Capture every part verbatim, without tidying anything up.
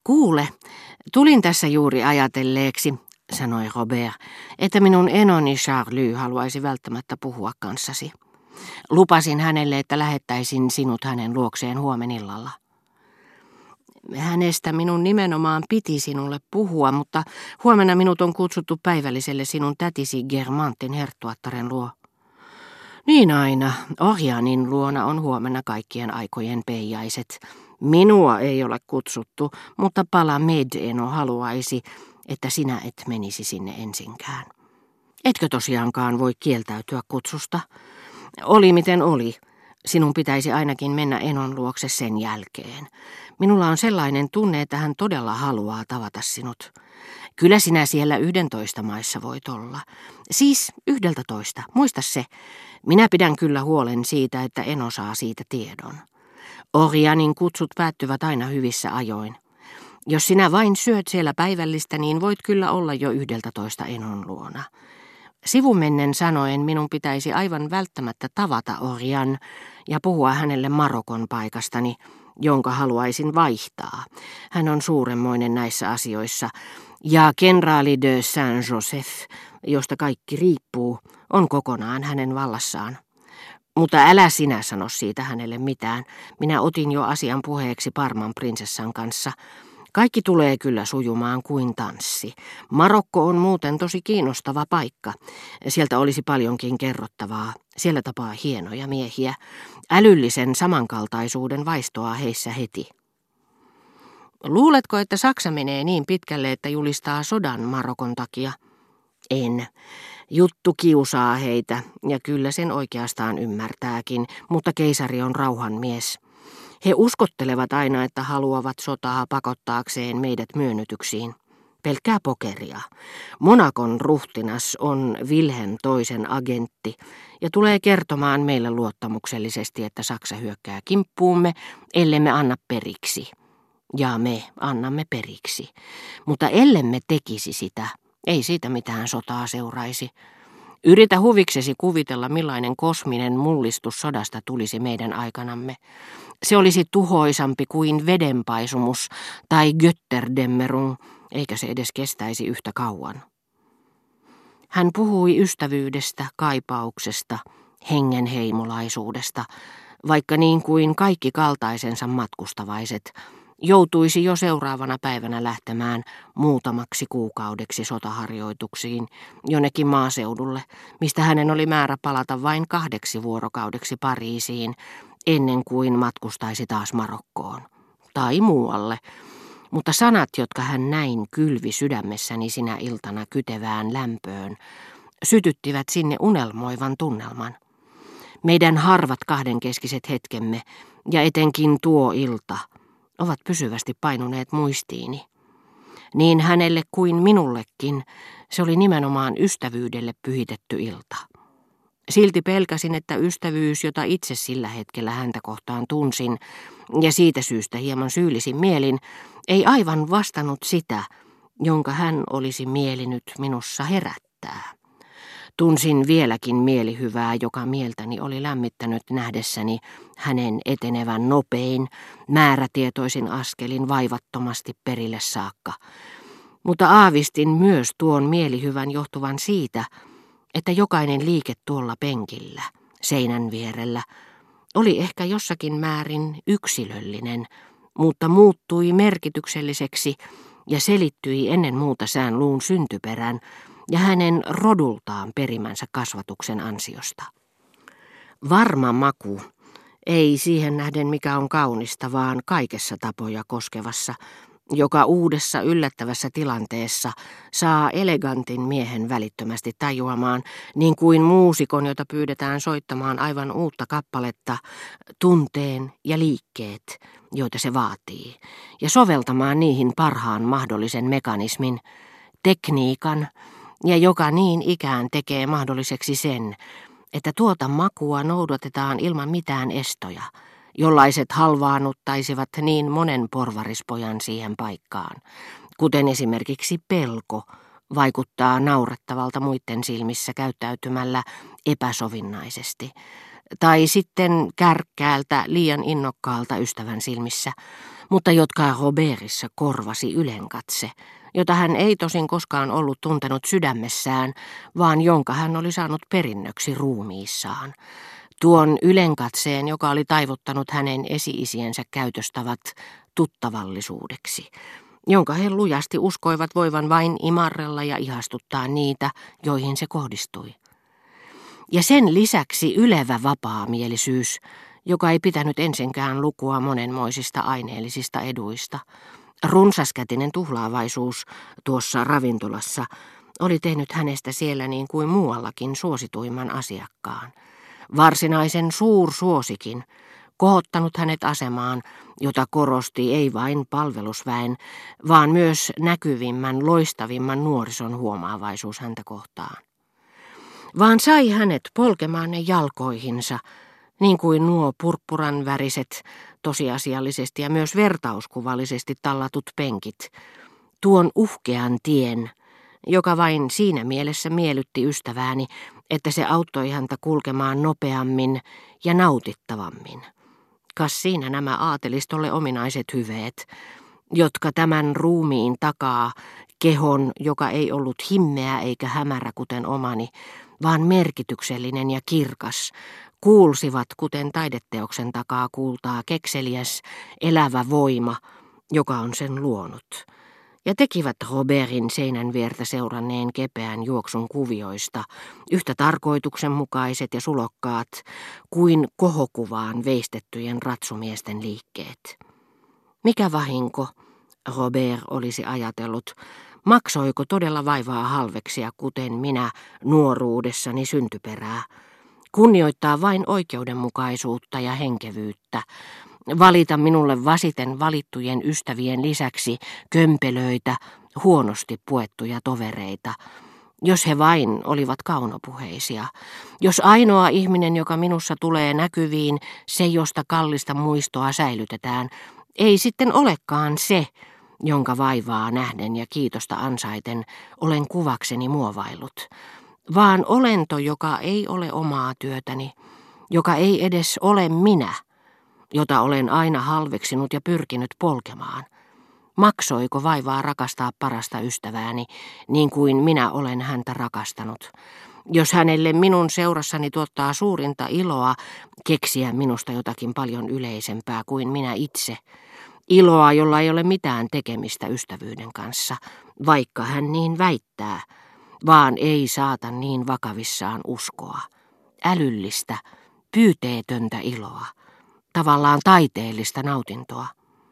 Kuule, tulin tässä juuri ajatelleeksi, sanoi Robert, että minun enoni Charlie haluaisi välttämättä puhua kanssasi. Lupasin hänelle, että lähettäisin sinut hänen luokseen huomenillalla. Hänestä minun nimenomaan piti sinulle puhua, mutta huomenna minut on kutsuttu päivälliselle sinun tätisi Germantin herttuattaren luo. Niin aina, Orjanin luona on huomenna kaikkien aikojen peijaiset. Minua ei ole kutsuttu, mutta Palamede-eno haluaisi, että sinä et menisi sinne ensinkään. Etkö tosiaankaan voi kieltäytyä kutsusta? Oli miten oli. Sinun pitäisi ainakin mennä enon luokse sen jälkeen. Minulla on sellainen tunne, että hän todella haluaa tavata sinut. Kyllä sinä siellä yhdentoista maissa voit olla. Siis yhdeltä toista, muista se. Minä pidän kyllä huolen siitä, että eno saa siitä tiedon. Orjanin kutsut päättyvät aina hyvissä ajoin. Jos sinä vain syöt siellä päivällistä, niin voit kyllä olla jo yhdeltä toista enon luona. Sivumennen sanoen minun pitäisi aivan välttämättä tavata Orjan ja puhua hänelle Marokon paikastani, jonka haluaisin vaihtaa. Hän on suuremmoinen näissä asioissa, ja kenraali de Saint-Joseph, josta kaikki riippuu, on kokonaan hänen vallassaan. Mutta älä sinä sano siitä hänelle mitään. Minä otin jo asian puheeksi Parman prinsessan kanssa. Kaikki tulee kyllä sujumaan kuin tanssi. Marokko on muuten tosi kiinnostava paikka. Sieltä olisi paljonkin kerrottavaa. Siellä tapaa hienoja miehiä. Älyllisen samankaltaisuuden vaistoaa heissä heti. Luuletko, että Saksa menee niin pitkälle, että julistaa sodan Marokon takia? En. Juttu kiusaa heitä, ja kyllä sen oikeastaan ymmärtääkin, mutta keisari on rauhanmies. He uskottelevat aina, että haluavat sotaa pakottaakseen meidät myönnytyksiin. Pelkkää pokeria. Monakon ruhtinas on Wilhelm toisen agentti ja tulee kertomaan meille luottamuksellisesti, että Saksa hyökkää kimppuumme, ellemme anna periksi. Ja me annamme periksi. Mutta ellemme tekisi sitä, ei siitä mitään sotaa seuraisi. Yritä huviksesi kuvitella, millainen kosminen mullistus sodasta tulisi meidän aikanamme. Se olisi tuhoisampi kuin vedenpaisumus tai Götterdämmerung, eikä se edes kestäisi yhtä kauan. Hän puhui ystävyydestä, kaipauksesta, hengenheimolaisuudesta, vaikka niin kuin kaikki kaltaisensa matkustavaiset joutuisi jo seuraavana päivänä lähtemään muutamaksi kuukaudeksi sotaharjoituksiin jonnekin maaseudulle, mistä hänen oli määrä palata vain kahdeksi vuorokaudeksi Pariisiin, ennen kuin matkustaisi taas Marokkoon. Tai muualle. Mutta sanat, jotka hän näin kylvi sydämessäni sinä iltana kytevään lämpöön, sytyttivät sinne unelmoivan tunnelman. Meidän harvat kahdenkeskiset hetkemme, ja etenkin tuo ilta, ovat pysyvästi painuneet muistiini. Niin hänelle kuin minullekin se oli nimenomaan ystävyydelle pyhitetty ilta. Silti pelkäsin, että ystävyys, jota itse sillä hetkellä häntä kohtaan tunsin, ja siitä syystä hieman syyllisin mielin, ei aivan vastannut sitä, jonka hän olisi mielinyt minussa herättää. Tunsin vieläkin mielihyvää, joka mieltäni oli lämmittänyt nähdessäni hänen etenevän nopein, määrätietoisin askelin vaivattomasti perille saakka. Mutta aavistin myös tuon mielihyvän johtuvan siitä, että jokainen liike tuolla penkillä, seinän vierellä, oli ehkä jossakin määrin yksilöllinen, mutta muuttui merkitykselliseksi ja selittyi ennen muuta sään luun syntyperän ja hänen rodultaan perimänsä kasvatuksen ansiosta. Varma maku, ei siihen nähden mikä on kaunista, vaan kaikessa tapoja koskevassa, joka uudessa yllättävässä tilanteessa saa elegantin miehen välittömästi tajuamaan, niin kuin muusikon, jota pyydetään soittamaan aivan uutta kappaletta, tunteen ja liikkeet, joita se vaatii, ja soveltamaan niihin parhaan mahdollisen mekanismin, tekniikan, ja joka niin ikään tekee mahdolliseksi sen, että tuota makua noudatetaan ilman mitään estoja, jollaiset halvaannuttaisivat niin monen porvarispojan siihen paikkaan, kuten esimerkiksi pelko vaikuttaa naurettavalta muiden silmissä käyttäytymällä epäsovinnaisesti, tai sitten kärkkäältä liian innokkaalta ystävän silmissä, mutta jotka Robertissa korvasi ylenkatse, jota hän ei tosin koskaan ollut tuntenut sydämessään, vaan jonka hän oli saanut perinnöksi ruumiissaan. Tuon ylenkatseen, joka oli taivuttanut hänen esi-isiensä käytöstavat tuttavallisuudeksi, jonka he lujasti uskoivat voivan vain imarrella ja ihastuttaa niitä, joihin se kohdistui. Ja sen lisäksi ylevä vapaamielisyys, joka ei pitänyt ensinkään lukua monenmoisista aineellisista eduista. Runsaskätinen tuhlaavaisuus tuossa ravintolassa oli tehnyt hänestä siellä niin kuin muuallakin suosituimman asiakkaan. Varsinaisen suursuosikin, kohottanut hänet asemaan, jota korosti ei vain palvelusväen, vaan myös näkyvimmän, loistavimman nuorison huomaavaisuus häntä kohtaan. Vaan sai hänet polkemaan ne jalkoihinsa, niin kuin nuo purppuran väriset, tosiasiallisesti ja myös vertauskuvallisesti tallatut penkit, tuon uhkean tien, joka vain siinä mielessä miellytti ystävääni, että se auttoi häntä kulkemaan nopeammin ja nautittavammin. Kas siinä nämä aatelistolle ominaiset hyveet, jotka tämän ruumiin takaa kehon, joka ei ollut himmeä eikä hämärä kuten omani, vaan merkityksellinen ja kirkas, kuulsivat kuten taideteoksen takaa kuultaa kekseliäs, elävä voima, joka on sen luonut, ja tekivät Robertin seinän viertä seuranneen kepeän juoksun kuvioista yhtä tarkoituksenmukaiset ja sulokkaat kuin kohokuvaan veistettyjen ratsumiesten liikkeet. Mikä vahinko, Robert olisi ajatellut, maksoiko todella vaivaa halveksia, kuten minä nuoruudessani syntyperää, kunnioittaa vain oikeudenmukaisuutta ja henkevyyttä, valita minulle vasiten valittujen ystävien lisäksi kömpelöitä, huonosti puettuja tovereita, jos he vain olivat kaunopuheisia, jos ainoa ihminen, joka minussa tulee näkyviin, se josta kallista muistoa säilytetään, ei sitten olekaan se, jonka vaivaa nähden ja kiitosta ansaiten olen kuvakseni muovaillut, vaan olento, joka ei ole omaa työtäni, joka ei edes ole minä, jota olen aina halveksinut ja pyrkinyt polkemaan. Maksoiko vaivaa rakastaa parasta ystävääni, niin kuin minä olen häntä rakastanut, jos hänelle minun seurassani tuottaa suurinta iloa keksiä minusta jotakin paljon yleisempää kuin minä itse, iloa, jolla ei ole mitään tekemistä ystävyyden kanssa, vaikka hän niin väittää, vaan ei saata niin vakavissaan uskoa. Älyllistä, pyyteetöntä iloa, tavallaan taiteellista nautintoa.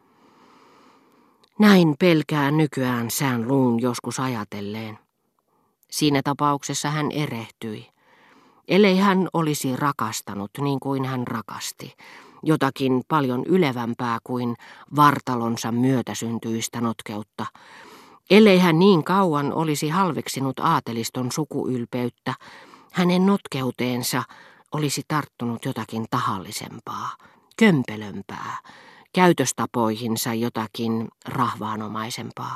Näin pelkään nykyään Saint-Loun joskus ajatelleen. Siinä tapauksessa hän erehtyi, ellei hän olisi rakastanut niin kuin hän rakasti, jotakin paljon ylevämpää kuin vartalonsa myötäsyntyistä notkeutta, ellei hän niin kauan olisi halveksinut aateliston sukuylpeyttä, hänen notkeuteensa olisi tarttunut jotakin tahallisempaa, kömpelömpää, käytöstapoihinsa jotakin rahvaanomaisempaa.